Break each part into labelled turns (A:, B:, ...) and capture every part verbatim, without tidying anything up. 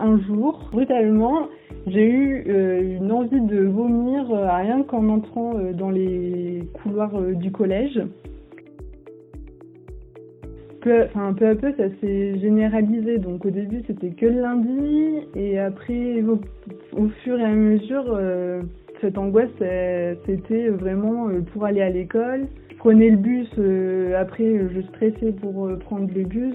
A: un jour, brutalement, j'ai eu euh, une envie de vomir euh, rien qu'en entrant euh, dans les couloirs euh, du collège. Peu, enfin, peu à peu, ça s'est généralisé. Donc au début, c'était que le lundi, et après, au, au fur et à mesure, euh, cette angoisse, euh, c'était vraiment euh, pour aller à l'école. Je prenais le bus, euh, après, je stressais pour euh, prendre le bus.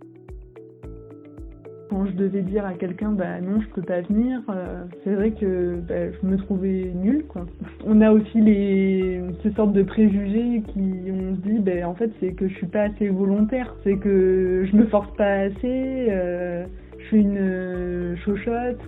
A: Quand je devais dire à quelqu'un bah non je peux pas venir, euh, c'est vrai que bah, je me trouvais nulle quoi. On a aussi les ces sortes de préjugés qui on se dit bah en fait c'est que je suis pas assez volontaire, c'est que je me force pas assez, euh, je suis une euh, chochotte.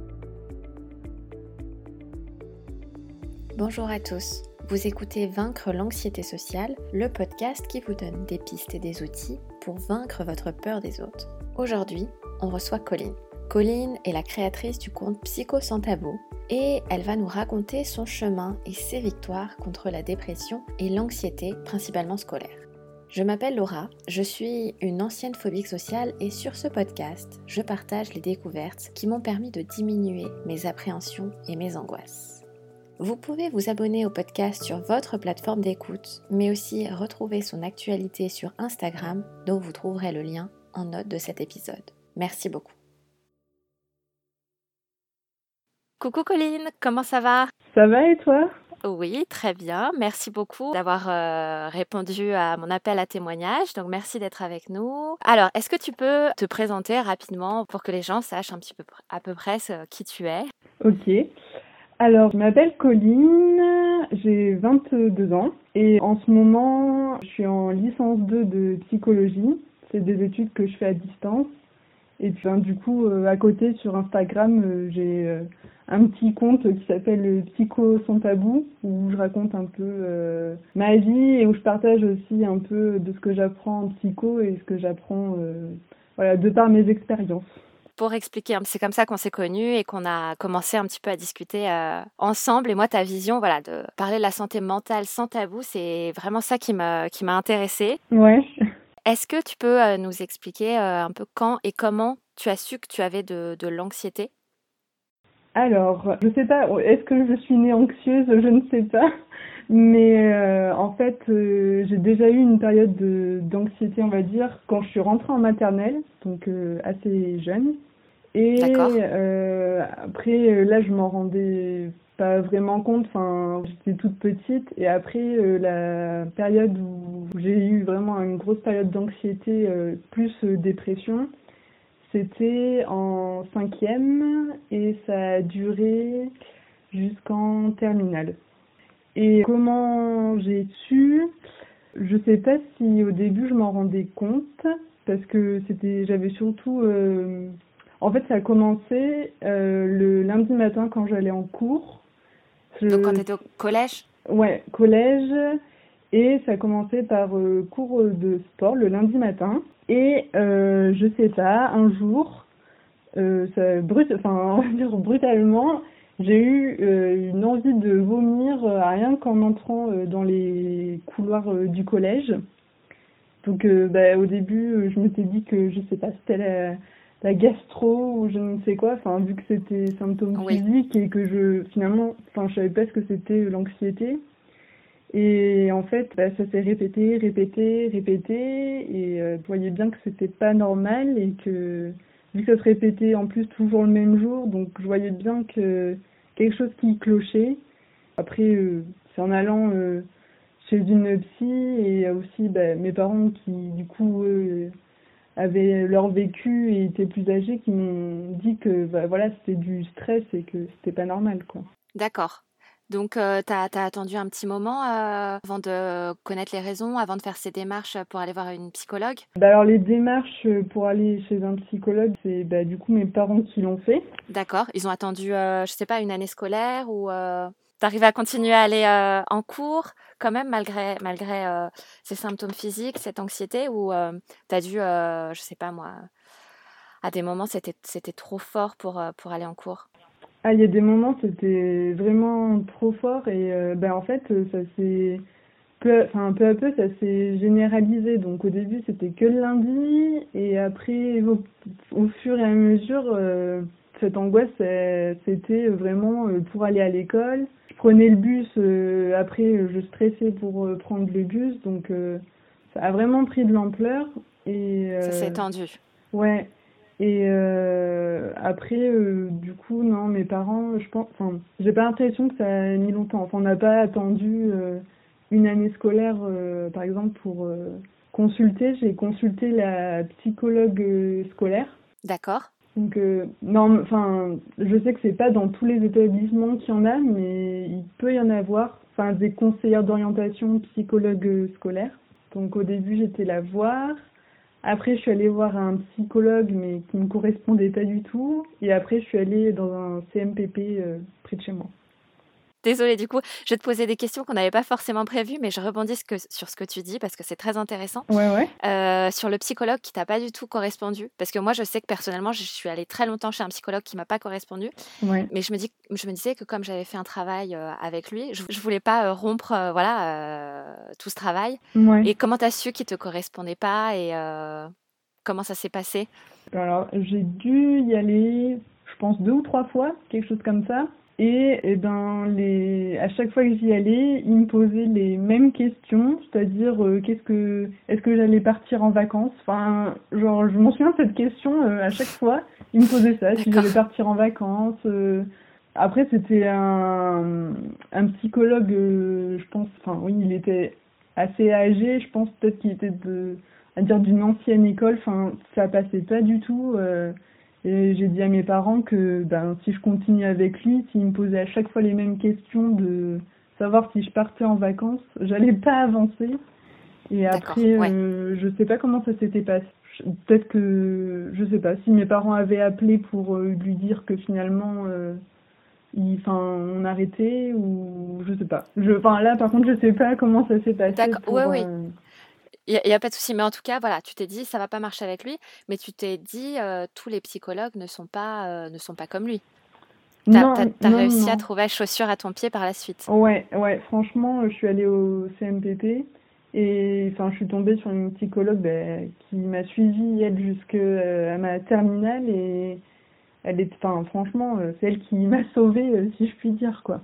B: Bonjour à tous. Vous écoutez Vaincre l'anxiété sociale, le podcast qui vous donne des pistes et des outils pour vaincre votre peur des autres. Aujourd'hui, on reçoit Colline. Colline est la créatrice du compte Psycho Sans Tabou et elle va nous raconter son chemin et ses victoires contre la dépression et l'anxiété, principalement scolaire. Je m'appelle Laura, je suis une ancienne phobique sociale et sur ce podcast, je partage les découvertes qui m'ont permis de diminuer mes appréhensions et mes angoisses. Vous pouvez vous abonner au podcast sur votre plateforme d'écoute, mais aussi retrouver son actualité sur Instagram, dont vous trouverez le lien en note de cet épisode. Merci beaucoup. Coucou Colline, comment ça va ?
A: Ça va et toi ?
B: Oui, très bien. Merci beaucoup d'avoir euh, répondu à mon appel à témoignage. Donc merci d'être avec nous. Alors, est-ce que tu peux te présenter rapidement pour que les gens sachent un petit peu à peu près ce, qui tu es ?
A: Ok. Alors, je m'appelle Colline, j'ai vingt-deux ans et en ce moment, je suis en licence deux de psychologie. C'est des études que je fais à distance. Et puis, ben, du coup, euh, à côté, sur Instagram, euh, j'ai euh, un petit compte qui s'appelle Psycho Sans Tabou, où je raconte un peu euh, ma vie et où je partage aussi un peu de ce que j'apprends en psycho et ce que j'apprends euh, voilà, de par mes expériences.
B: Pour expliquer, c'est comme ça qu'on s'est connus et qu'on a commencé un petit peu à discuter euh, ensemble. Et moi, ta vision, voilà, de parler de la santé mentale sans tabou, c'est vraiment ça qui m'a, qui m'a intéressée.
A: Ouais.
B: Est-ce que tu peux euh, nous expliquer euh, un peu quand et comment tu as su que tu avais de, de l'anxiété ?
A: Alors, je sais pas, est-ce que je suis née anxieuse ? Je ne sais pas. Mais euh, en fait, euh, j'ai déjà eu une période de, d'anxiété, on va dire, quand je suis rentrée en maternelle, donc euh, assez jeune. Et
B: D'accord.
A: euh, après, là, je m'en rendais pas vraiment compte. Enfin, j'étais toute petite. Et après, euh, la période où j'ai eu vraiment une grosse période d'anxiété, euh, plus euh, dépression, c'était en cinquième et ça a duré jusqu'en terminale. Et comment j'ai su ? Je sais pas si au début je m'en rendais compte parce que c'était, j'avais surtout, euh, en fait ça a commencé euh, le lundi matin quand j'allais en cours. Je...
B: Donc quand tu étais au collège ?
A: Ouais, collège. Et ça a commencé par euh, cours de sport le lundi matin. Et euh, je sais pas, un jour, euh, ça, brut, enfin, on va dire brutalement, j'ai eu euh, une envie de vomir euh, rien qu'en entrant euh, dans les couloirs euh, du collège. Donc euh, bah, au début, euh, je m'étais dit que je sais pas, c'était la, la gastro ou je ne sais quoi, enfin vu que c'était symptômes
B: Oui.
A: physiques et que je finalement, enfin je savais pas ce que c'était euh, l'anxiété. Et en fait, bah, ça s'est répété, répété, répété, et euh, je voyais bien que c'était pas normal et que vu que ça se répétait en plus toujours le même jour, donc je voyais bien que quelque chose qui clochait. Après, euh, c'est en allant euh, chez une psy et aussi bah, mes parents qui du coup euh, avaient leur vécu et étaient plus âgés qui m'ont dit que bah, voilà, c'était du stress et que c'était pas normal quoi.
B: D'accord. Donc, euh, tu as attendu un petit moment euh, avant de connaître les raisons, avant de faire ces démarches pour aller voir une psychologue ?
A: Bah alors les démarches pour aller chez un psychologue, c'est bah, du coup mes parents qui l'ont fait.
B: D'accord. Ils ont attendu, euh, je sais pas, une année scolaire ou euh, t'arrives à continuer à aller euh, en cours quand même malgré malgré euh, ces symptômes physiques, cette anxiété ou euh, t'as dû, euh, je sais pas moi, à des moments c'était c'était trop fort pour euh, pour aller en cours.
A: Ah, il y a des moments c'était vraiment trop fort et euh, bah en fait ça s'est peu, enfin peu à peu ça s'est généralisé. Donc au début c'était que le lundi et après au, au fur et à mesure euh, cette angoisse, euh, c'était vraiment euh, pour aller à l'école. Je prenais le bus, euh, après euh, je stressais pour euh, prendre le bus, donc euh, ça a vraiment pris de l'ampleur. Et
B: Ça s'est
A: euh,
B: étendu.
A: ouais. Et euh, après, euh, du coup, non, mes parents, je pense, enfin, j'ai pas l'impression que ça a mis longtemps. Enfin, on n'a pas attendu euh, une année scolaire, euh, par exemple, pour euh, consulter. J'ai consulté la psychologue euh, scolaire.
B: D'accord.
A: Donc, euh, non, enfin, je sais que c'est pas dans tous les établissements qu'il y en a, mais il peut y en avoir. Enfin, des conseillères d'orientation, psychologues euh, scolaires. Donc, au début, j'étais la voir. Après, je suis allée voir un psychologue, mais qui ne me correspondait pas du tout. Et après, je suis allée dans un C M P P euh, près de chez moi.
B: Désolée, du coup, je vais te poser des questions qu'on n'avait pas forcément prévues, mais je rebondis ce que- sur ce que tu dis parce que c'est très intéressant.
A: Ouais, ouais.
B: Euh, sur le psychologue qui t'a pas du tout correspondu, parce que moi, je sais que personnellement, je suis allée très longtemps chez un psychologue qui m'a pas correspondu,
A: Ouais.
B: mais je me dis, je me disais que comme j'avais fait un travail euh, avec lui, je, je voulais pas euh, rompre, euh, voilà, euh, tout ce travail.
A: Ouais.
B: Et comment t'as su qu'il te correspondait pas et euh, comment ça s'est passé?
A: Alors, j'ai dû y aller, je pense, deux ou trois fois, quelque chose comme ça. Et, eh ben, les... à chaque fois que j'y allais, il me posait les mêmes questions, c'est-à-dire, euh, qu'est-ce que, est-ce que j'allais partir en vacances? Enfin, genre, je m'en souviens de cette question euh, à chaque fois. Il me posait ça, si
B: D'accord.
A: j'allais partir en vacances. euh. Après, c'était un, un psychologue, euh, je pense, enfin, oui, il était assez âgé, je pense peut-être qu'il était de, à dire d'une ancienne école, enfin, ça passait pas du tout. euh, et j'ai dit à mes parents que ben, si je continue avec lui, s'il me posait à chaque fois les mêmes questions de savoir si je partais en vacances, j'allais pas avancer. Et
B: D'accord.
A: après,
B: Ouais.
A: euh, je sais pas comment ça s'était passé. Je- Peut-être que, je sais pas, si mes parents avaient appelé pour euh, lui dire que finalement, euh, il, enfin, on arrêtait ou je sais pas. Je, enfin là, par contre, je sais pas comment ça s'est passé
B: D'accord. Ouais,
A: pour.
B: oui.
A: euh,
B: Il n'y a, y a pas de souci, mais en tout cas, voilà, tu t'es dit, ça va pas marcher avec lui, mais tu t'es dit, euh, tous les psychologues ne sont pas, euh, ne sont pas comme lui. T'as, t'as,
A: Non,
B: t'as
A: non,
B: réussi à
A: non.
B: trouver la chaussure à ton pied par la suite.
A: Ouais, ouais, franchement, je suis allée au C M P P et enfin, je suis tombée sur une psychologue ben, qui m'a suivie elle jusqu'à ma terminale et elle est, enfin, franchement, euh, c'est elle qui m'a sauvée, euh, si je puis dire, quoi.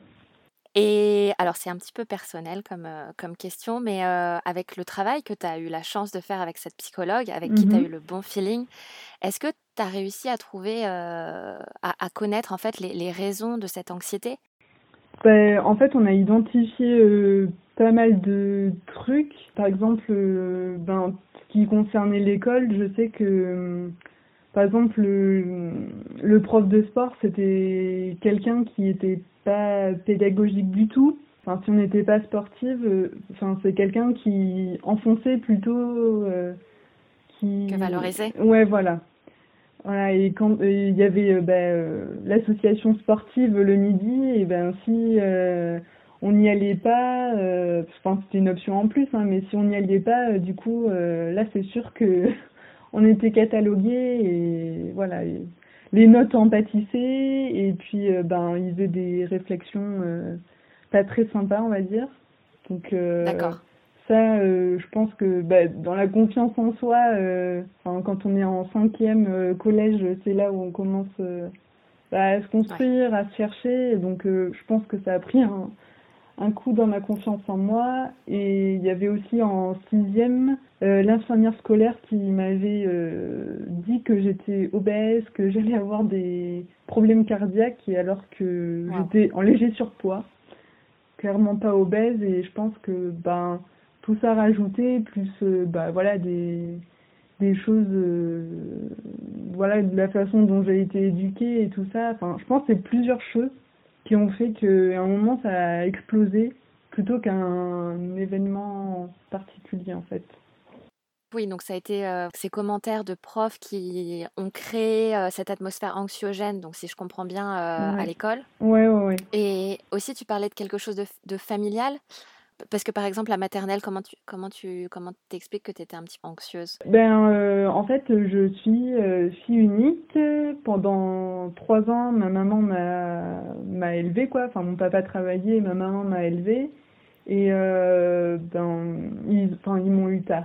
B: Et alors, c'est un petit peu personnel comme, euh, comme question, mais euh, avec le travail que tu as eu la chance de faire avec cette psychologue, avec qui tu as eu
A: Mhm.
B: le bon feeling, est-ce que tu as réussi à trouver, euh, à, à connaître en fait les, les raisons de cette anxiété?
A: Ben, en fait, on a identifié euh, pas mal de trucs. Par exemple, euh, ben, ce qui concernait l'école, je sais que, euh, par exemple, le, le prof de sport, c'était quelqu'un qui était pas pédagogique du tout. Enfin, si on n'était pas sportive, euh, enfin, c'est quelqu'un qui enfonçait plutôt, euh,
B: Que
A: qui,
B: valoriser?
A: ouais, voilà. Voilà, et quand et il y avait euh, bah, euh, l'association sportive le midi, et ben si euh, on n'y allait pas, euh, enfin c'était une option en plus, hein, mais si on n'y allait pas, euh, du coup, euh, là c'est sûr que on était catalogués et voilà, et les notes en pâtissaient et puis euh, ben ils faisaient des réflexions euh, pas très sympas, on va dire. Donc euh,
B: D'accord.
A: ça, euh, je pense que bah, dans la confiance en soi, euh, enfin, quand on est en cinquième euh, collège, c'est là où on commence euh, bah, à se
B: Ouais.
A: construire, à se chercher. Et donc, euh, je pense que ça a pris un, un coup dans ma confiance en moi. Et il y avait aussi en sixième euh, l'infirmière scolaire qui m'avait euh, dit que j'étais obèse, que j'allais avoir des problèmes cardiaques, et alors que
B: Waouh.
A: j'étais en léger surpoids, clairement pas obèse. Et je pense que ben tout ça rajouté, plus euh, bah voilà des des choses, euh, voilà, de la façon dont j'ai été éduquée et tout ça. Enfin, je pense que c'est plusieurs choses qui ont fait qu'à un moment ça a explosé plutôt qu'un événement particulier en fait.
B: Oui, donc ça a été euh, ces commentaires de profs qui ont créé euh, cette atmosphère anxiogène, donc si je comprends bien, euh, à
A: Ouais,
B: l'école.
A: ouais, ouais, ouais.
B: Et aussi, tu parlais de quelque chose de, f- de familial, parce que par exemple, la maternelle, comment tu comment tu comment t'expliques que tu étais un petit peu anxieuse?
A: Ben, euh, en fait, je suis euh, fille unique. Pendant trois ans, ma maman m'a m'a élevée, quoi. Enfin, mon papa travaillait et ma maman m'a élevée. Et euh, ben, ils, enfin, ils m'ont eu tard.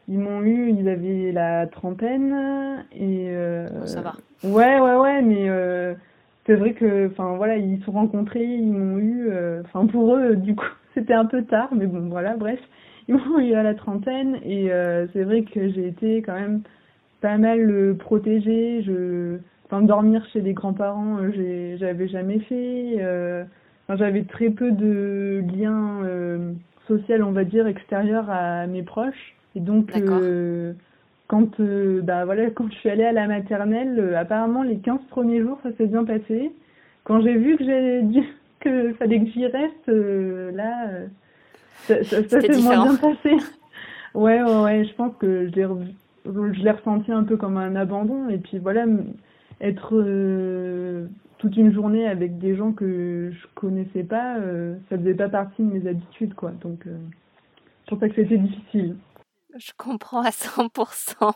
A: Ils m'ont eu, ils avaient la trentaine et euh,
B: Bon, ça va.
A: ouais, ouais, ouais, mais euh, c'est vrai que, enfin voilà, ils se sont rencontrés, ils m'ont eu, euh, enfin pour eux, du coup, c'était un peu tard, mais bon, voilà, bref, ils m'ont eu à la trentaine et euh, c'est vrai que j'ai été quand même pas mal euh, protégée. Je, enfin, dormir chez les grands-parents, euh, j'ai, j'avais jamais fait. Euh, enfin, j'avais très peu de liens euh, sociaux, on va dire, extérieurs à mes proches. Et donc,
B: D'accord.
A: euh, quand, euh, bah voilà, quand je suis allée à la maternelle, euh, apparemment les quinze premiers jours, ça s'est bien passé. Quand j'ai vu que j'ai dû, que fallait que j'y reste, euh, là, euh, ça, ça, ça
B: C'était
A: s'est moins
B: différent.
A: bien passé. Ouais, ouais, ouais, je pense que je l'ai, revu- je l'ai ressenti un peu comme un abandon. Et puis voilà, m- être euh, toute une journée avec des gens que je connaissais pas, euh, ça faisait pas partie de mes habitudes, quoi. Donc, euh, c'est pour ça que c'était difficile.
B: Je comprends à cent pour cent.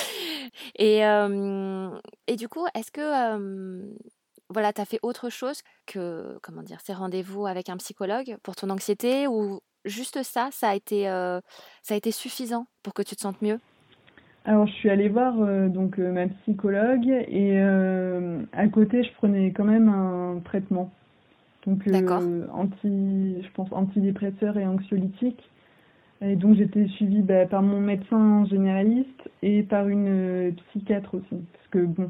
B: Et, euh, et du coup, est-ce que euh, voilà, tu as fait autre chose que, comment dire, ces rendez-vous avec un psychologue pour ton anxiété ou juste ça, ça a été, euh, ça a été suffisant pour que tu te sentes mieux?
A: Alors, je suis allée voir euh, donc euh, ma psychologue et euh, à côté, je prenais quand même un traitement. Donc,
B: D'accord,
A: euh, anti, je pense antidépresseur et anxiolytique. Et donc j'étais suivie bah, par mon médecin généraliste et par une euh, psychiatre aussi. Parce que bon,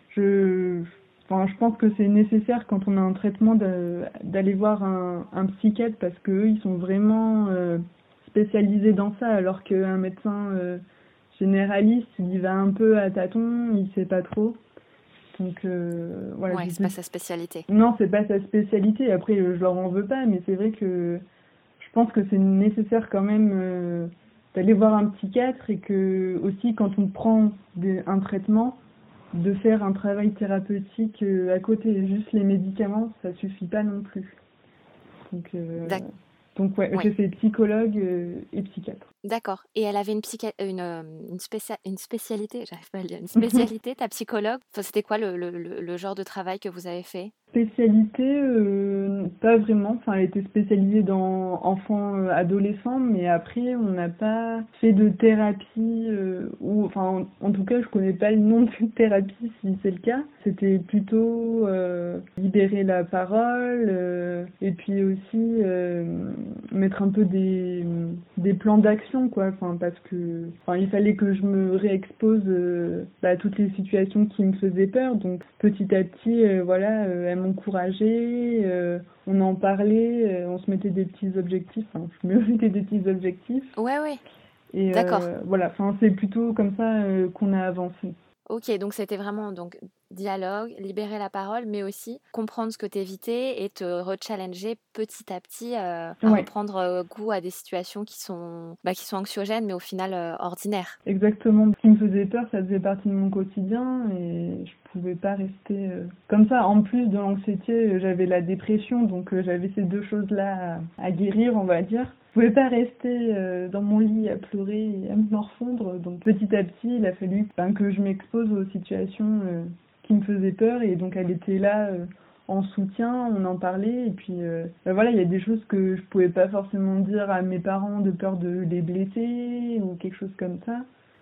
A: je, enfin, je pense que c'est nécessaire quand on a un traitement de- d'aller voir un, un psychiatre parce qu'eux, ils sont vraiment euh, spécialisés dans ça, alors qu'un médecin euh, généraliste, il y va un peu à tâtons, il sait pas trop. Donc euh, voilà,
B: ouais, c'est
A: j'étais...
B: pas sa spécialité.
A: Non, c'est pas sa spécialité. Après, euh, je leur en veux pas, mais c'est vrai que je pense que c'est nécessaire quand même euh, d'aller voir un psychiatre et que aussi quand on prend des- un traitement, de faire un travail thérapeutique euh, à côté. Juste les médicaments, ça suffit pas non plus. Donc, euh,
B: D'ac-
A: donc ouais,
B: ouais,
A: j'ai fait psychologue euh, et psychiatre.
B: d'accord. Et elle avait une, psycha- une, euh, une, spécia- une spécialité, j'arrive pas à le dire, une spécialité, ta psychologue? Enfin, c'était quoi le, le, le, le genre de travail que vous avez fait?
A: Spécialité, euh, pas vraiment. Enfin, elle était spécialisée dans enfants, euh, adolescents, mais après, on n'a pas fait de thérapie, euh, ou, enfin, en, en tout cas, je connais pas le nom de thérapie si c'est le cas. C'était plutôt euh, libérer la parole, euh, et puis aussi euh, mettre un peu des, des plans d'action, quoi. Enfin, parce que, enfin, il fallait que je me réexpose euh, bah, à toutes les situations qui me faisaient peur. Donc, petit à petit, euh, voilà, euh, elle m'encourageait, euh, on en parlait, euh, on se mettait des petits objectifs. Enfin, je me mettais des petits objectifs.
B: Ouais, ouais,
A: Et
B: d'accord.
A: euh, voilà, enfin, c'est plutôt comme ça euh, qu'on a avancé.
B: Ok, donc c'était vraiment donc dialogue, libérer la parole, mais aussi comprendre ce que t'évitais et te rechallenger petit à petit euh, à
A: Ouais.
B: reprendre euh, goût à des situations qui sont bah, qui sont anxiogènes, mais au final euh, ordinaires.
A: Exactement. Ce qui me faisait peur, ça faisait partie de mon quotidien et je pouvais pas rester euh, comme ça. En plus de l'anxiété, euh, j'avais la dépression, donc euh, j'avais ces deux choses-là à, à guérir, on va dire. Je pouvais pas rester euh, dans mon lit à pleurer et à me morfondre. Donc petit à petit, il a fallu ben, que je m'expose aux situations euh, qui me faisaient peur et donc elle était là euh, en soutien, on en parlait et puis euh, ben voilà, il y a des choses que je pouvais pas forcément dire à mes parents de peur de les blesser ou quelque chose comme ça.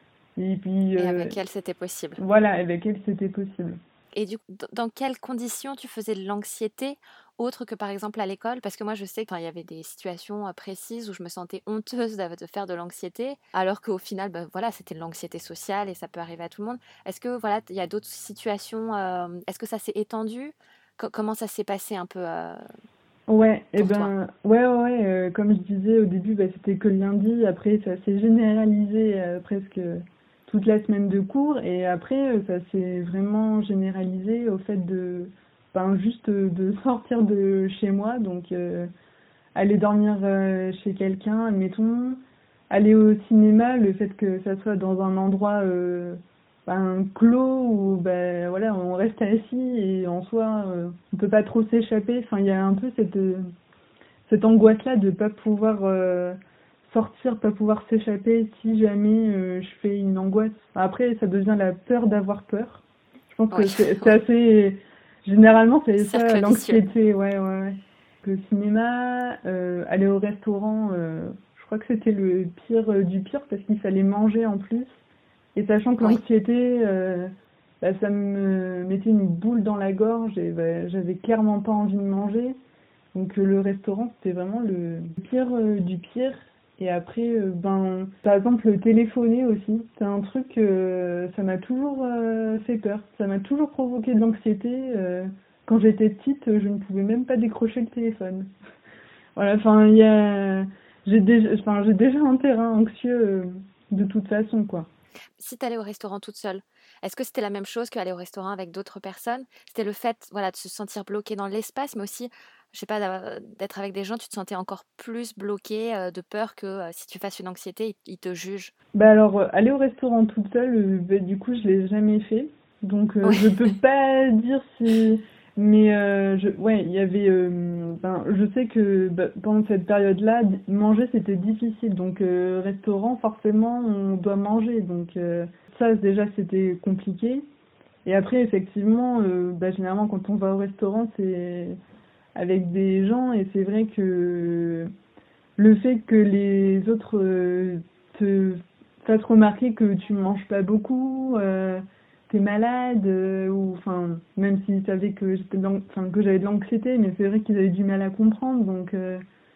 A: Et puis
B: Et
A: euh,
B: avec elle, c'était possible.
A: voilà, avec elle c'était possible.
B: Et du coup, d- dans quelles conditions tu faisais de l'anxiété, autre que par exemple à l'école? Parce que moi, je sais qu'il y avait des situations euh, précises où je me sentais honteuse d'av- de faire de l'anxiété, alors qu'au final, ben, voilà, c'était de l'anxiété sociale et ça peut arriver à tout le monde. Est-ce que voilà, il y a d'autres situations, euh, est-ce que ça s'est étendu? Co- comment ça s'est passé un peu euh,
A: Ouais, et
B: pour toi?
A: ben ouais ouais, ouais euh, comme je disais au début, bah, c'était que le lundi, après ça s'est généralisé euh, presque toute la semaine de cours et après euh, ça s'est vraiment généralisé au fait de ben juste euh, de sortir de chez moi, donc euh, aller dormir euh, chez quelqu'un, admettons, aller au cinéma, le fait que ça soit dans un endroit euh, ben, clos où ben voilà, on reste assis et en soi euh, on peut pas trop s'échapper. Enfin, il y a un peu cette euh, cette angoisse-là de pas pouvoir euh, sortir, pas pouvoir s'échapper si jamais euh, je fais une angoisse. Après, ça devient la peur d'avoir peur. Je pense
B: Oui,
A: que c'est c'est assez... Généralement, c'est ça,
B: cercle vicieux.
A: l'anxiété, ouais, ouais, ouais. Le cinéma, euh, aller au restaurant, euh, je crois que c'était le pire euh, du pire parce qu'il fallait manger en plus. Et sachant que
B: Oui.
A: l'anxiété, euh, bah, ça me mettait une boule dans la gorge et bah, j'avais clairement pas envie de manger. Donc euh, le restaurant, c'était vraiment le pire euh, du pire. Et après, euh, ben, par exemple, le téléphoner aussi, c'est un truc, euh, ça m'a toujours euh, fait peur. Ça m'a toujours provoqué de l'anxiété. euh. Quand j'étais petite, je ne pouvais même pas décrocher le téléphone. Voilà, enfin, il y a, j'ai déjà, enfin, j'ai déjà un terrain anxieux euh, de toute façon, quoi.
B: Si tu allais au restaurant toute seule, est-ce que c'était la même chose qu'aller au restaurant avec d'autres personnes? C'était le fait, voilà, de se sentir bloqué dans l'espace, mais aussi, je sais pas, d'a- d'être avec des gens, tu te sentais encore plus bloqué, euh, de peur que euh, si tu fasses une anxiété, ils, ils te jugent.
A: Bah alors, euh, aller au restaurant toute seule, euh, bah, du coup, je l'ai jamais fait. Donc, euh,
B: Oui,
A: je peux pas dire si... Mais, euh, je... ouais, il y avait... euh, ben, je sais que bah, pendant cette période-là, d- manger, c'était difficile. Donc, euh, restaurant, forcément, on doit manger. Donc, euh, ça, déjà, c'était compliqué. Et après, effectivement, euh, bah, généralement, quand on va au restaurant, c'est avec des gens. Et c'est vrai que le fait que les autres euh, te fassent remarquer que tu manges pas beaucoup, euh, t'es malade, euh, ou enfin, même s'ils savaient que j'étais de l'an- enfin, que j'avais de l'anxiété, mais c'est vrai qu'ils avaient du mal à comprendre, donc euh,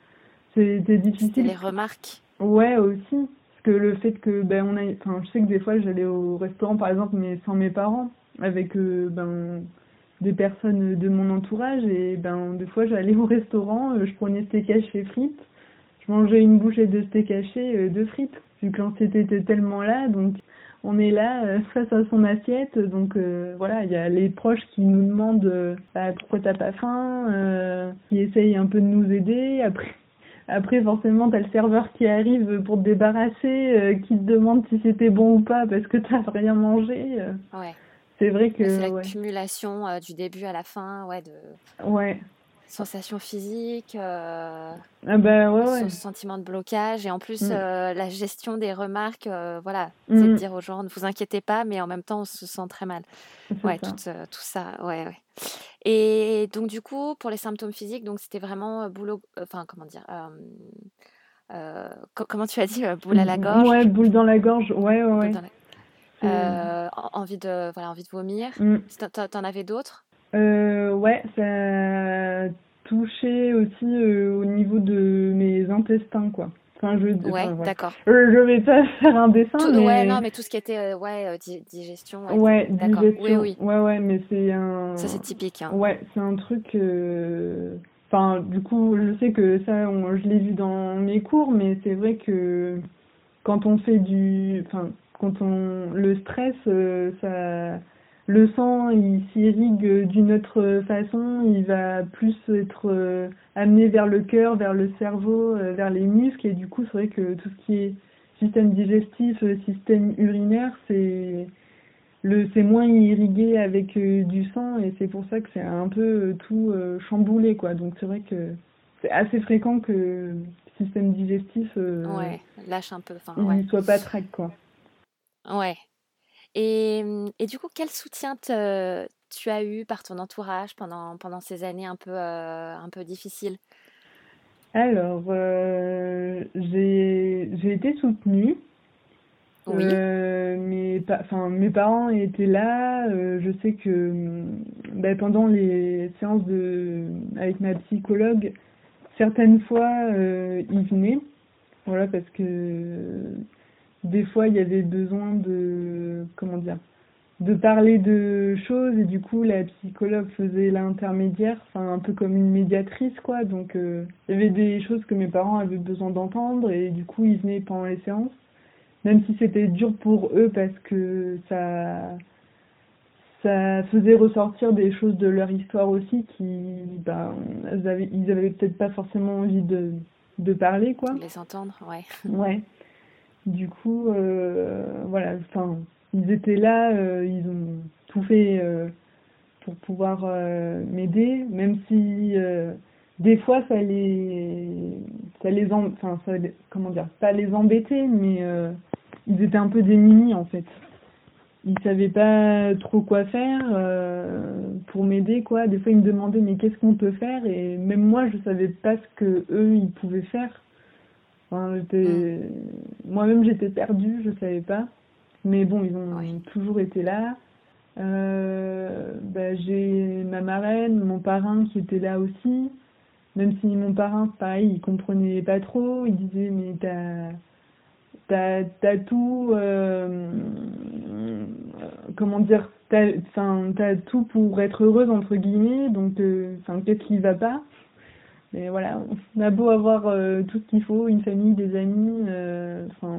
A: c'était
B: c'était
A: difficile.
B: les remarques.
A: Ouais, aussi, parce que le fait que ben on a, enfin, je sais que des fois j'allais au restaurant par exemple, mais sans mes parents, avec euh, ben des personnes de mon entourage, et ben des fois j'allais au restaurant, euh, je prenais steak haché frites. Je mangeais une bouchée de steak haché, euh, de frites, vu que l'anxiété était tellement là, donc on est là euh, face à son assiette, donc euh, voilà, il y a les proches qui nous demandent euh, bah, pourquoi t'as pas faim, euh, qui essayent un peu de nous aider, après, après forcément t'as le serveur qui arrive pour te débarrasser, euh, qui te demande si c'était bon ou pas parce que t'as rien mangé, euh.
B: Ouais.
A: C'est vrai
B: Ouais, c'est
A: que, ouais,
B: l'accumulation euh, du début à la fin, ouais, de
A: ouais,
B: sensations physiques, euh,
A: ah bah ouais,
B: ce
A: ouais,
B: sentiment de blocage et en plus
A: mm.
B: euh, la gestion des remarques, euh, voilà, c'est de
A: Mm.
B: dire aux gens ne vous inquiétez pas, mais en même temps on se sent très mal.
A: C'est
B: Ouais,
A: ça.
B: tout, euh, tout ça, ouais, ouais. Et donc du coup, pour les symptômes physiques, donc c'était vraiment euh, boulot, euh, enfin comment dire, euh, euh, co- comment tu as dit, euh, boule à la
A: Mm,
B: gorge,
A: ouais,
B: je-
A: boule dans la gorge, ouais, ouais,
B: boule
A: ouais.
B: dans la,
A: C'est...
B: euh, en- envie de, voilà, envie de vomir.
A: Mm.
B: T'en t'en- t'en avais d'autres?
A: Euh, ouais, ça a touché aussi euh, au niveau de mes intestins, quoi. Enfin, je,
B: Ouais,
A: enfin, voilà.
B: d'accord.
A: Euh, je vais pas faire un dessin,
B: Tout, ouais,
A: mais
B: non, mais tout ce qui était, euh, ouais, euh, di- digestion, ouais,
A: ouais,
B: d- d'accord. Oui,
A: digestion.
B: oui,
A: Ouais, ouais, mais c'est
B: ça c'est
A: un,
B: typique, hein.
A: ouais, c'est un truc. euh, Enfin, du coup, je sais que ça, on- je l'ai vu dans mes cours, mais c'est vrai que quand on fait du, enfin, quand on, le stress, euh, ça, le sang, il s'irrigue d'une autre façon, il va plus être euh, amené vers le cœur, vers le cerveau, euh, vers les muscles, et du coup, c'est vrai que tout ce qui est système digestif, euh, système urinaire, c'est le, c'est moins irrigué avec euh, du sang, et c'est pour ça que c'est un peu euh, tout euh, chamboulé, quoi. Donc c'est vrai que c'est assez fréquent que le système digestif euh,
B: Ouais, lâche un peu, enfin, ouais.
A: il soit pas track, quoi.
B: Ouais. Et, hum, et du coup, quel soutien te- tu as eu par ton entourage pendant, pendant ces années un peu, euh, un peu difficiles?
A: Alors, euh, j'ai j'ai été soutenue.
B: Oui,
A: Euh, mes, pa- enfin, mes parents étaient là. Euh, je sais que hum, ben, pendant les séances de, avec ma psychologue, certaines fois, euh, ils venaient. Voilà, parce que des fois, il y avait besoin de, comment dire, de parler de choses et du coup la psychologue faisait l'intermédiaire, enfin un peu comme une médiatrice quoi. Donc euh, il y avait des choses que mes parents avaient besoin d'entendre et du coup ils venaient pendant les séances, même si c'était dur pour eux parce que ça ça faisait ressortir des choses de leur histoire aussi qui ben ils avaient ils avaient peut-être pas forcément envie de de parler quoi.
B: de les entendre, ouais.
A: Ouais. Du coup, euh, voilà, enfin, ils étaient là, euh, ils ont tout fait euh, pour pouvoir euh, m'aider, même si euh, des fois ça les, ça les, em- enfin, ça les- comment dire, pas les embêter, mais euh, ils étaient un peu démunis en fait. Ils savaient pas trop quoi faire euh, pour m'aider quoi. Des fois ils me demandaient mais qu'est-ce qu'on peut faire et même moi je savais pas ce que eux ils pouvaient faire. Enfin,
B: Mm.
A: j'étais... Moi-même, j'étais perdue, je savais pas. Mais bon, ils
B: Ouais.
A: ont toujours été là. Euh, bah, j'ai ma marraine, mon parrain qui était là aussi. Même si mon parrain, pareil, il comprenait pas trop. Il disait, mais t'as, t'as, t'as tout, euh, comment dire, t'as, enfin, t'as tout pour être heureuse, entre guillemets. Donc, euh, enfin, qu'est-ce qui va pas? Mais voilà, on a beau avoir euh, tout ce qu'il faut, une famille, des amis, euh, enfin,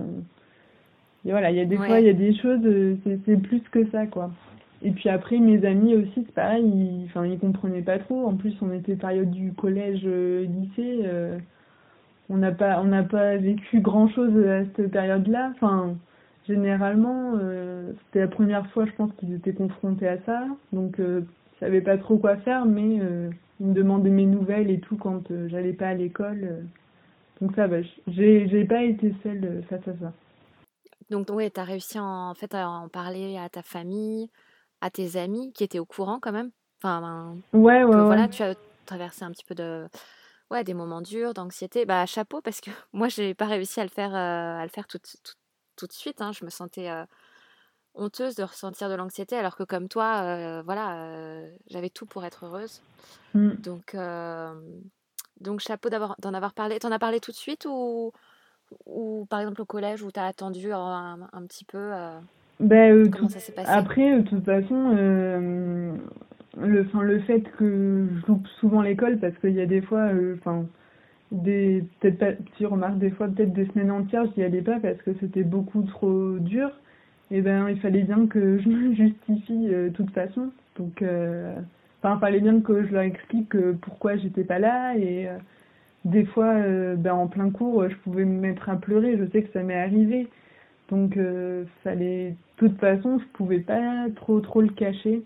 A: et voilà, il y a des fois, il
B: Ouais.
A: y a des choses, euh, c'est c'est plus que ça, quoi. Et puis après, mes amis aussi, c'est pareil, ils, enfin, ils comprenaient pas trop. En plus, on était période du collège, euh, lycée, euh, on n'a pas, on n'a pas vécu grand-chose à cette période-là. Enfin, généralement, euh, c'était la première fois, je pense, qu'ils étaient confrontés à ça. Donc, euh, ils savaient pas trop quoi faire, mais euh, ils me demandaient mes nouvelles et tout quand euh, j'allais pas à l'école. euh. Donc ça va, j'ai, j'ai pas été seule euh, face à ça.
B: Donc, ouais, tu as réussi en, en fait à en parler à ta famille, à tes amis qui étaient au courant quand même. Enfin, ben,
A: Ouais,
B: que
A: ouais, ouais.
B: voilà, tu as traversé un petit peu de, ouais, des moments durs, d'anxiété. Bah, chapeau, parce que moi, j'ai pas réussi à le faire, euh, à le faire tout, tout, tout de suite, hein. Je me sentais euh, honteuse de ressentir de l'anxiété, alors que comme toi, euh, voilà, euh, j'avais tout pour être heureuse.
A: Mm.
B: Donc, euh, donc chapeau d'avoir, d'en avoir parlé. T'en as parlé tout de suite ou, ou par exemple au collège où t'as attendu un, un petit peu, euh,
A: Ben, euh,
B: comment
A: tout...
B: ça s'est passé?
A: Après, euh, de toute façon, euh, le, enfin, le fait que je loupe souvent l'école, parce qu'il y a des fois, euh, enfin, des, peut-être pas, tu remarques des fois, peut-être des semaines entières, j'y allais pas parce que c'était beaucoup trop dur. Et ben, il fallait bien que je me justifie euh, de toute façon. Donc, euh, enfin, fallait bien que je leur explique euh, pourquoi j'étais pas là. Et euh, des fois, euh, ben, en plein cours, je pouvais me mettre à pleurer. Je sais que ça m'est arrivé. Donc, euh, fallait, de toute façon, je pouvais pas trop trop le cacher.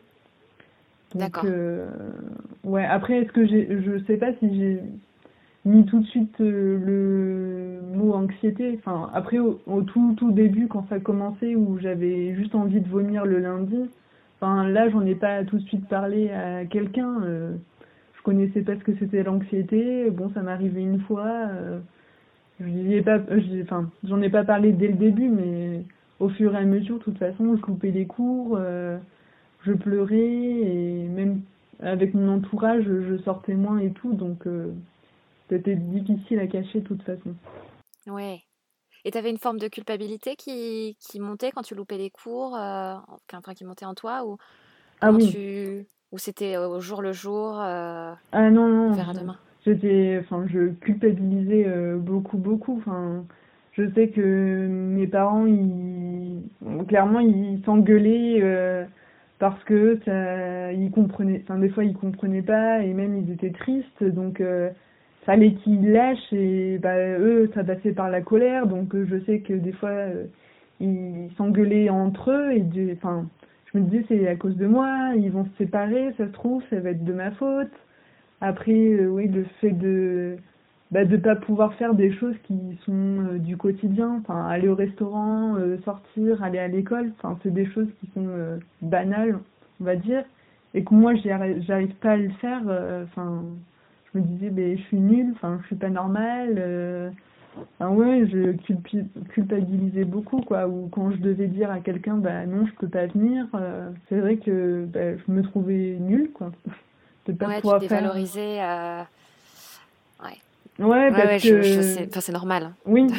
A: Donc,
B: D'accord,
A: euh, ouais. Après, est-ce que j'ai, je sais pas si j'ai mis tout de suite euh, le mot anxiété. Enfin, après, au, au tout tout début, quand ça commençait, où j'avais juste envie de vomir le lundi. Enfin, là, j'en ai pas tout de suite parlé à quelqu'un. Euh, je connaissais pas ce que c'était l'anxiété. Bon, ça m'est arrivé une fois. Euh, j'y ai pas, j'y- enfin, j'en ai pas parlé dès le début, mais au fur et à mesure, de toute façon, je loupais les cours, euh, je pleurais et même avec mon entourage, je sortais moins et tout, donc euh, c'était difficile à cacher de toute façon.
B: ouais. Et t'avais une forme de culpabilité qui, qui montait quand tu loupais les cours, euh, enfin qui montait en toi, ou
A: Ah
B: comment
A: oui,
B: tu, ou c'était au jour le jour, euh,
A: ah non,
B: on
A: non,
B: verra
A: je-
B: demain.
A: j'étais, enfin, je culpabilisais euh, beaucoup, beaucoup. Enfin, je sais que mes parents, ils, bon, clairement, ils s'engueulaient euh, parce que ça, ils comprenaient, enfin, des fois, ils comprenaient pas et même ils étaient tristes. Donc, euh, fallait qu'ils lâchent et bah, eux, ça passait par la colère. Donc, euh, je sais que des fois, euh, ils s'engueulaient entre eux et, du- enfin, je me disais, c'est à cause de moi, ils vont se séparer, ça se trouve, ça va être de ma faute. Après, euh, oui, le fait de bah, de pas pouvoir faire des choses qui sont euh, du quotidien, enfin aller au restaurant, euh, sortir, aller à l'école, enfin c'est des choses qui sont euh, banales, on va dire, et que moi j'y arri- j'arrive pas à le faire. euh, Enfin, je me disais, ben je suis nulle, enfin je suis pas normale. euh, Enfin ouais, je culpi- culpabilisais beaucoup quoi. Ou quand je devais dire à quelqu'un, bah non, je peux pas venir. euh, c'est vrai que bah, je me trouvais nulle quoi, de pas
B: Ouais, tu te
A: pouvoir faire.
B: dévalorisais. euh, Ouais,
A: Ouais,
B: ouais,
A: parce
B: ouais, je, je
A: que
B: sais. Enfin, c'est normal
A: oui,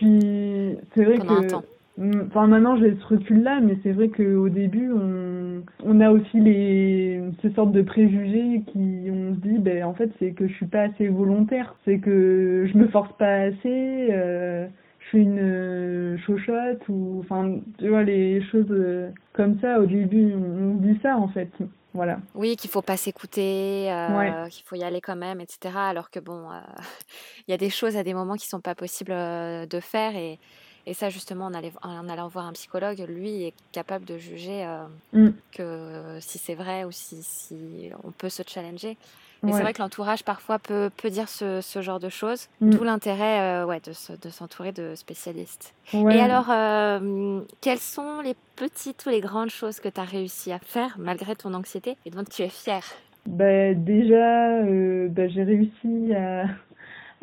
A: puis c'est vrai
B: pendant un
A: que
B: temps.
A: mm, enfin maintenant j'ai ce recul-là, mais c'est vrai qu'au début on on a aussi les ces sortes de préjugés qui on se dit ben en fait c'est que je suis pas assez volontaire, c'est que je me force pas assez, euh, je suis une euh, chochotte ou enfin tu vois les choses euh, comme ça au début on, on se dit ça en fait, voilà.
B: Oui, qu'il faut pas s'écouter,
A: Ouais.
B: euh, qu'il faut y aller quand même, et cetera. Alors que bon, euh, il y a des choses à des moments qui sont pas possibles euh, de faire et, et ça justement en, allait- en allant voir un psychologue, lui est capable de juger euh,
A: Mm.
B: que si c'est vrai ou si, si on peut se challenger. Mais c'est
A: Ouais.
B: vrai que l'entourage parfois peut, peut dire ce, ce genre de choses, d'où
A: Mm.
B: l'intérêt euh, ouais, de, se- de s'entourer de spécialistes. Et
A: Ouais.
B: alors, euh, quelles sont les petites ou les grandes choses que tu as réussi à faire malgré ton anxiété et dont tu es fière?
A: Bah, déjà, euh, bah, j'ai réussi à,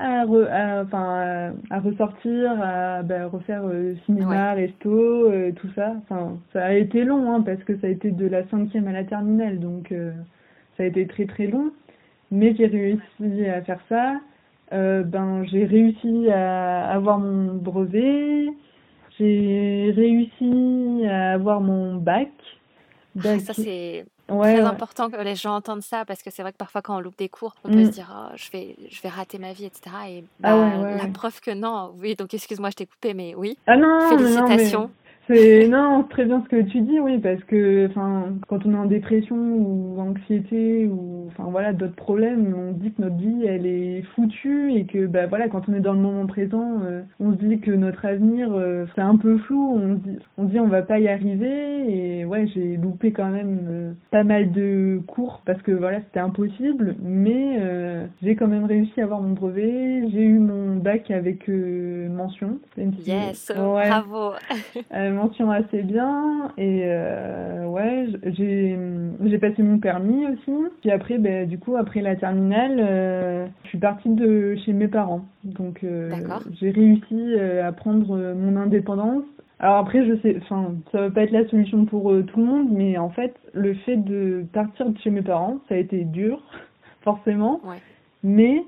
A: à, re, à, enfin, à, à ressortir, à bah, refaire euh, cinéma,
B: Ouais.
A: resto, euh, tout ça. Enfin, ça a été long, hein, parce que ça a été de la cinquième à la terminale, donc euh, ça a été très très long. Mais j'ai réussi à faire ça. Euh, ben, j'ai réussi à avoir mon brevet. J'ai réussi à avoir mon bac.
B: Ah,
A: Bac.
B: ça, c'est
A: Ouais,
B: très
A: ouais.
B: important que les gens entendent ça parce que c'est vrai que parfois, quand on loupe des cours, on peut se
A: Mm.
B: dire oh, je vais, je vais rater ma vie, et cetera. Et
A: Ah ouais,
B: bah,
A: ouais,
B: la
A: ouais.
B: preuve que non. Oui, donc excuse-moi, je t'ai coupé, mais oui,
A: Ah non, mais non, mais
B: félicitations.
A: c'est non, c'est très bien ce que tu dis, oui, parce que enfin, quand on est en dépression ou anxiété ou enfin voilà d'autres problèmes, on se dit que notre vie elle est foutue et que bah voilà quand on est dans le moment présent, euh, on se dit que notre avenir euh, c'est un peu flou, on se dit on se dit on va pas y arriver et ouais j'ai loupé quand même euh, pas mal de cours parce que voilà c'était impossible, mais euh, j'ai quand même réussi à avoir mon brevet, j'ai eu mon bac avec euh, mention, même si
B: Yes,
A: ouais.
B: bravo.
A: Euh, mention assez bien et euh, ouais j- j'ai j'ai passé mon permis aussi puis après ben du coup après la terminale euh, je suis partie de chez mes parents donc euh,
B: D'accord.
A: j'ai réussi euh, à prendre euh, mon indépendance. Alors après je sais enfin ça va pas être la solution pour euh, tout le monde mais en fait le fait de partir de chez mes parents ça a été dur forcément
B: Ouais.
A: mais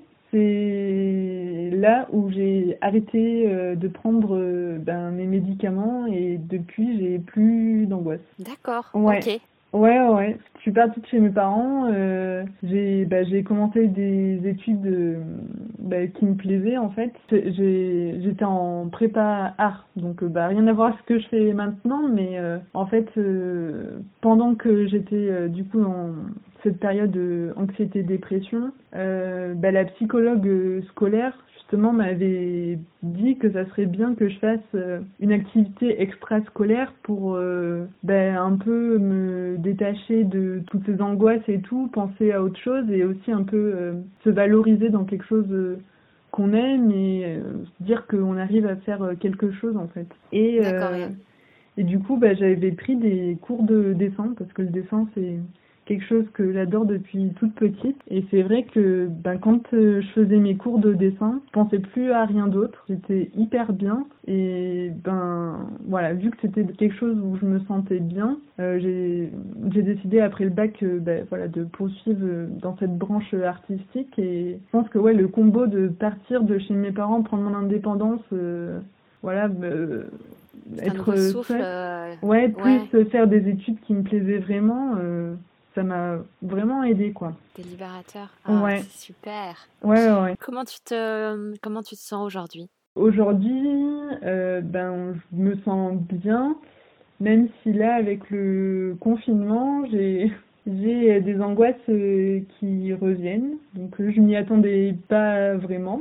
A: c'est là où j'ai arrêté euh, de prendre euh, ben, mes médicaments et depuis j'ai plus d'angoisse.
B: D'accord.
A: Ouais,
B: Ok.
A: ouais, ouais. ouais. Je suis partie de chez mes parents. Euh, j'ai bah, j'ai commencé des études euh, bah, qui me plaisaient en fait. J'ai j'étais en prépa art, donc euh, bah rien à voir avec ce que je fais maintenant, mais euh, en fait euh, pendant que j'étais euh, du coup dans cette période de anxiété dépression, euh, bah, la psychologue euh, scolaire justement m'avait dit que ça serait bien que je fasse euh, une activité extrascolaire pour euh, ben, un peu me détacher de toutes ces angoisses et tout, penser à autre chose et aussi un peu euh, se valoriser dans quelque chose euh, qu'on aime et euh, se dire qu'on arrive à faire euh, quelque chose en fait. Et,
B: D'accord.
A: euh,
B: Et
A: et du coup, bah, j'avais pris des cours de dessin parce que le dessin, c'est quelque chose que j'adore depuis toute petite. Et c'est vrai que ben, quand euh, je faisais mes cours de dessin, je pensais plus à rien d'autre. J'étais hyper bien. Et ben voilà, vu que c'était quelque chose où je me sentais bien, euh, j'ai j'ai décidé après le bac euh, ben, voilà, de poursuivre euh, dans cette branche artistique. Et je pense que ouais, le combo de partir de chez mes parents, prendre mon indépendance, euh, voilà, me-
B: c'est un nouveau
A: être
B: souffle.
A: seule,
B: euh,
A: ouais, plus
B: Ouais,
A: faire des études qui me plaisaient vraiment, euh, ça m'a vraiment aidé quoi.
B: t'es libérateur. Ah,
A: Ouais,
B: c'est super.
A: ouais, ouais. ouais.
B: Comment tu te, comment tu te sens aujourd'hui?
A: Aujourd'hui, euh, ben, je me sens bien, même si là, avec le confinement, j'ai j'ai des angoisses euh, qui reviennent, donc euh, je m'y attendais pas vraiment.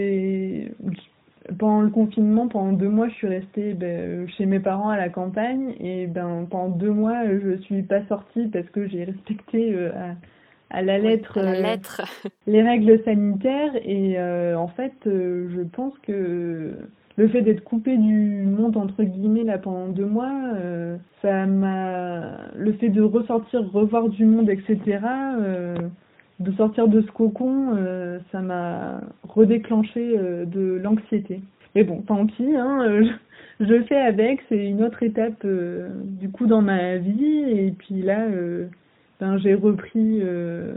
A: J'ai Pendant le confinement, pendant deux mois, je suis restée ben, chez mes parents à la campagne et ben pendant deux mois, je suis pas sortie parce que j'ai respecté euh, à, à la
B: Oui,
A: lettre
B: à la
A: euh,
B: lettre.
A: les règles sanitaires et euh, en fait, euh, je pense que le fait d'être coupée du monde entre guillemets là pendant deux mois, euh, ça m'a le fait de ressortir, revoir du monde, et cetera euh, de sortir de ce cocon, euh, ça m'a redéclenché euh, de l'anxiété. Mais bon, tant pis, hein, euh, je, je fais avec, c'est une autre étape euh, du coup dans ma vie. Et puis là, euh, ben, j'ai repris, euh,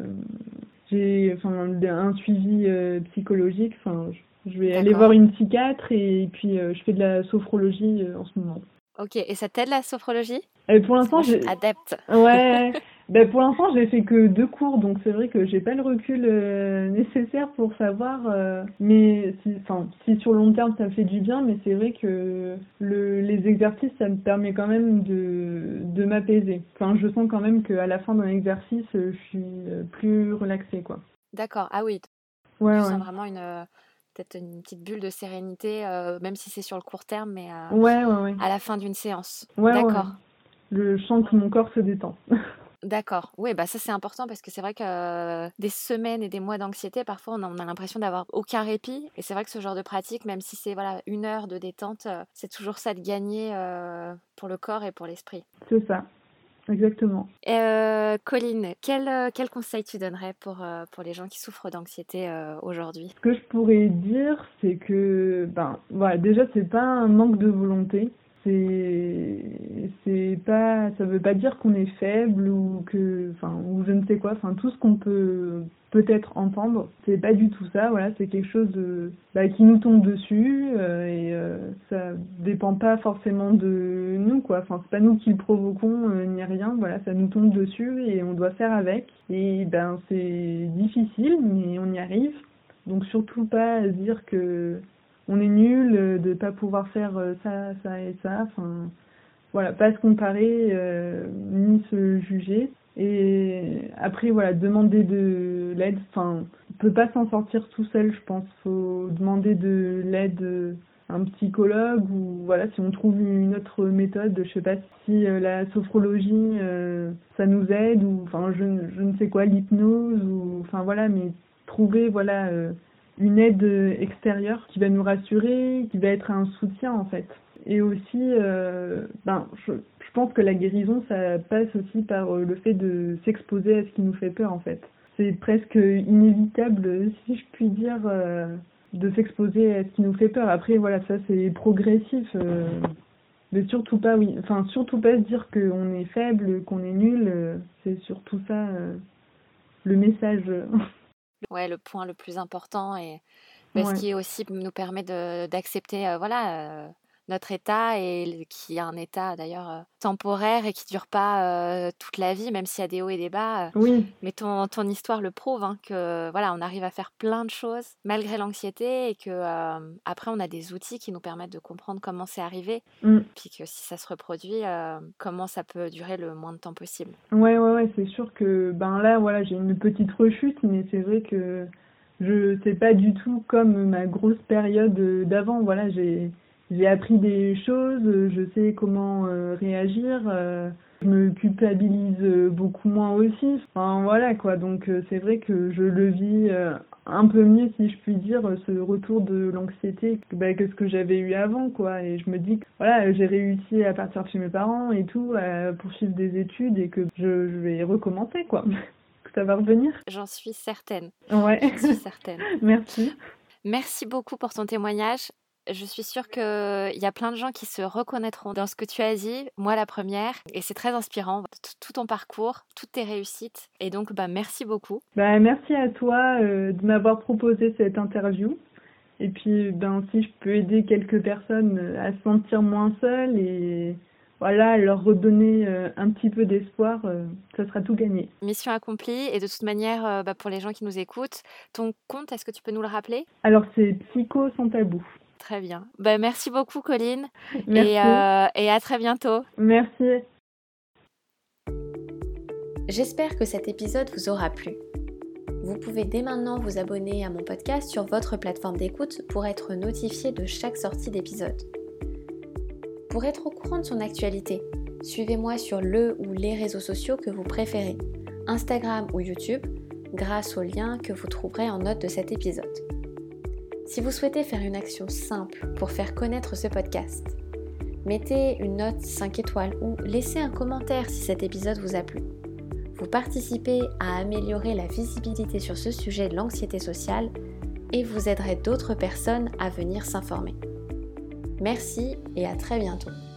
A: j'ai enfin un suivi euh, psychologique. Enfin, je, je vais aller voir
B: D'accord.
A: une psychiatre et puis euh, je fais de la sophrologie euh, en ce moment.
B: Ok, et ça t'aide la sophrologie?
A: Et pour
B: Parce que moi,
A: l'instant,
B: je suis
A: j'ai
B: adepte.
A: ouais, ben pour l'instant, j'ai fait que deux cours, donc c'est vrai que j'ai pas le recul euh, nécessaire pour savoir. Euh, mais si, enfin, si sur le long terme ça me fait du bien, mais c'est vrai que le, les exercices, ça me permet quand même de, de m'apaiser. Enfin, je sens quand même qu'à la fin d'un exercice, euh, je suis euh, plus relaxée, quoi.
B: D'accord. Ah oui,
A: Ouais,
B: tu
A: ouais,
B: sens vraiment une, euh, peut-être une petite bulle de sérénité, euh, même si c'est sur le court terme, mais euh,
A: ouais, ouais, ouais,
B: à la fin d'une séance.
A: ouais, ouais. ouais.
B: D'accord.
A: Je sens que mon corps se détend.
B: D'accord. Oui, bah ça c'est important parce que c'est vrai que euh, des semaines et des mois d'anxiété, parfois on a, on a l'impression d'avoir aucun répit. Et c'est vrai que ce genre de pratique, même si c'est voilà une heure de détente, euh, c'est toujours ça de gagner euh, pour le corps et pour l'esprit.
A: C'est ça. exactement.
B: Euh, Colline, quel, euh, quel conseil tu donnerais pour, euh, pour les gens qui souffrent d'anxiété euh, aujourd'hui?
A: Ce que je pourrais dire, c'est que, ben, voilà, déjà, c'est pas un manque de volonté. C'est, c'est pas, ça veut pas dire qu'on est faible ou que, enfin, ou je ne sais quoi. Enfin, tout ce qu'on peut peut-être entendre, c'est pas du tout ça. Voilà, c'est quelque chose de, bah, qui nous tombe dessus euh, et euh, ça dépend pas forcément de nous, quoi. Enfin, c'est pas nous qui le provoquons euh, ni rien. Voilà, ça nous tombe dessus et on doit faire avec. Et ben, c'est difficile, mais on y arrive. Donc surtout pas se dire que on est nul, de pas pouvoir faire ça, ça et ça. Enfin, voilà, pas se comparer euh, ni se juger. Et après, voilà, demander de l'aide. Enfin, on peut pas s'en sortir tout seul, je pense. Faut demander de l'aide à un psychologue ou voilà, si on trouve une autre méthode, je sais pas si euh, la sophrologie euh, ça nous aide ou enfin je, je ne sais quoi, l'hypnose ou enfin voilà, mais trouver voilà euh, une aide extérieure qui va nous rassurer, qui va être un soutien en fait. Et aussi, euh, ben, je, je pense que la guérison, ça passe aussi par le fait de s'exposer à ce qui nous fait peur en fait. C'est presque inévitable, si je puis dire, euh, de s'exposer à ce qui nous fait peur. Après, voilà, ça c'est progressif. Euh, mais surtout pas, oui, enfin surtout pas se dire qu'on est faible, qu'on est nul. Euh, c'est surtout ça euh, le message.
B: Ouais, le point le plus important et bah, ce
A: Ouais.
B: qui aussi nous permet de, d'accepter euh, voilà, euh, notre état et qui est un état d'ailleurs euh, temporaire et qui dure pas euh, toute la vie, même s'il y a des hauts et des bas. euh,
A: Oui,
B: Mais ton, ton histoire le prouve, hein, que voilà, on arrive à faire plein de choses malgré l'anxiété et que euh, après on a des outils qui nous permettent de comprendre comment c'est arrivé,
A: mm.
B: puis que si ça se reproduit, euh, comment ça peut durer le moins de temps possible.
A: Ouais, ouais, ouais, c'est sûr que ben là, voilà, j'ai une petite rechute, mais c'est vrai que je sais pas du tout comme ma grosse période euh, d'avant. Voilà, j'ai j'ai appris des choses, euh, je sais comment euh, réagir, euh, je me culpabilise euh, beaucoup moins aussi. Enfin voilà quoi, donc euh, c'est vrai que je le vis euh, un peu mieux si je puis dire ce retour de l'anxiété que, bah, que ce que j'avais eu avant quoi. Et je me dis que voilà, j'ai réussi à partir de chez mes parents et tout, à poursuivre des études et que je, je vais recommencer quoi. Que ça va revenir.
B: J'en suis certaine.
A: Ouais.
B: J'en suis certaine.
A: Merci.
B: Merci beaucoup pour ton témoignage. Je suis sûre qu'il y a plein de gens qui se reconnaîtront dans ce que tu as dit, moi la première, et c'est très inspirant, tout, tout ton parcours, toutes tes réussites, et donc bah, merci beaucoup.
A: Bah, merci à toi euh, de m'avoir proposé cette interview. Et puis, ben, si je peux aider quelques personnes à se sentir moins seules et voilà, leur redonner euh, un petit peu d'espoir, euh, ça sera tout gagné.
B: Mission accomplie, et de toute manière, euh, bah, pour les gens qui nous écoutent, ton compte, est-ce que tu peux nous le rappeler ?
A: Alors, c'est Psycho sans tabou.
B: Très bien. Bah, merci beaucoup, Colline,
A: Merci.
B: et, euh, et à très bientôt.
A: Merci.
B: J'espère que cet épisode vous aura plu. Vous pouvez dès maintenant vous abonner à mon podcast sur votre plateforme d'écoute pour être notifié de chaque sortie d'épisode. Pour être au courant de son actualité, suivez-moi sur le ou les réseaux sociaux que vous préférez, Instagram ou YouTube, grâce au lien que vous trouverez en note de cet épisode. Si vous souhaitez faire une action simple pour faire connaître ce podcast, mettez une note cinq étoiles ou laissez un commentaire si cet épisode vous a plu. Vous participez à améliorer la visibilité sur ce sujet de l'anxiété sociale et vous aiderez d'autres personnes à venir s'informer. Merci et à très bientôt.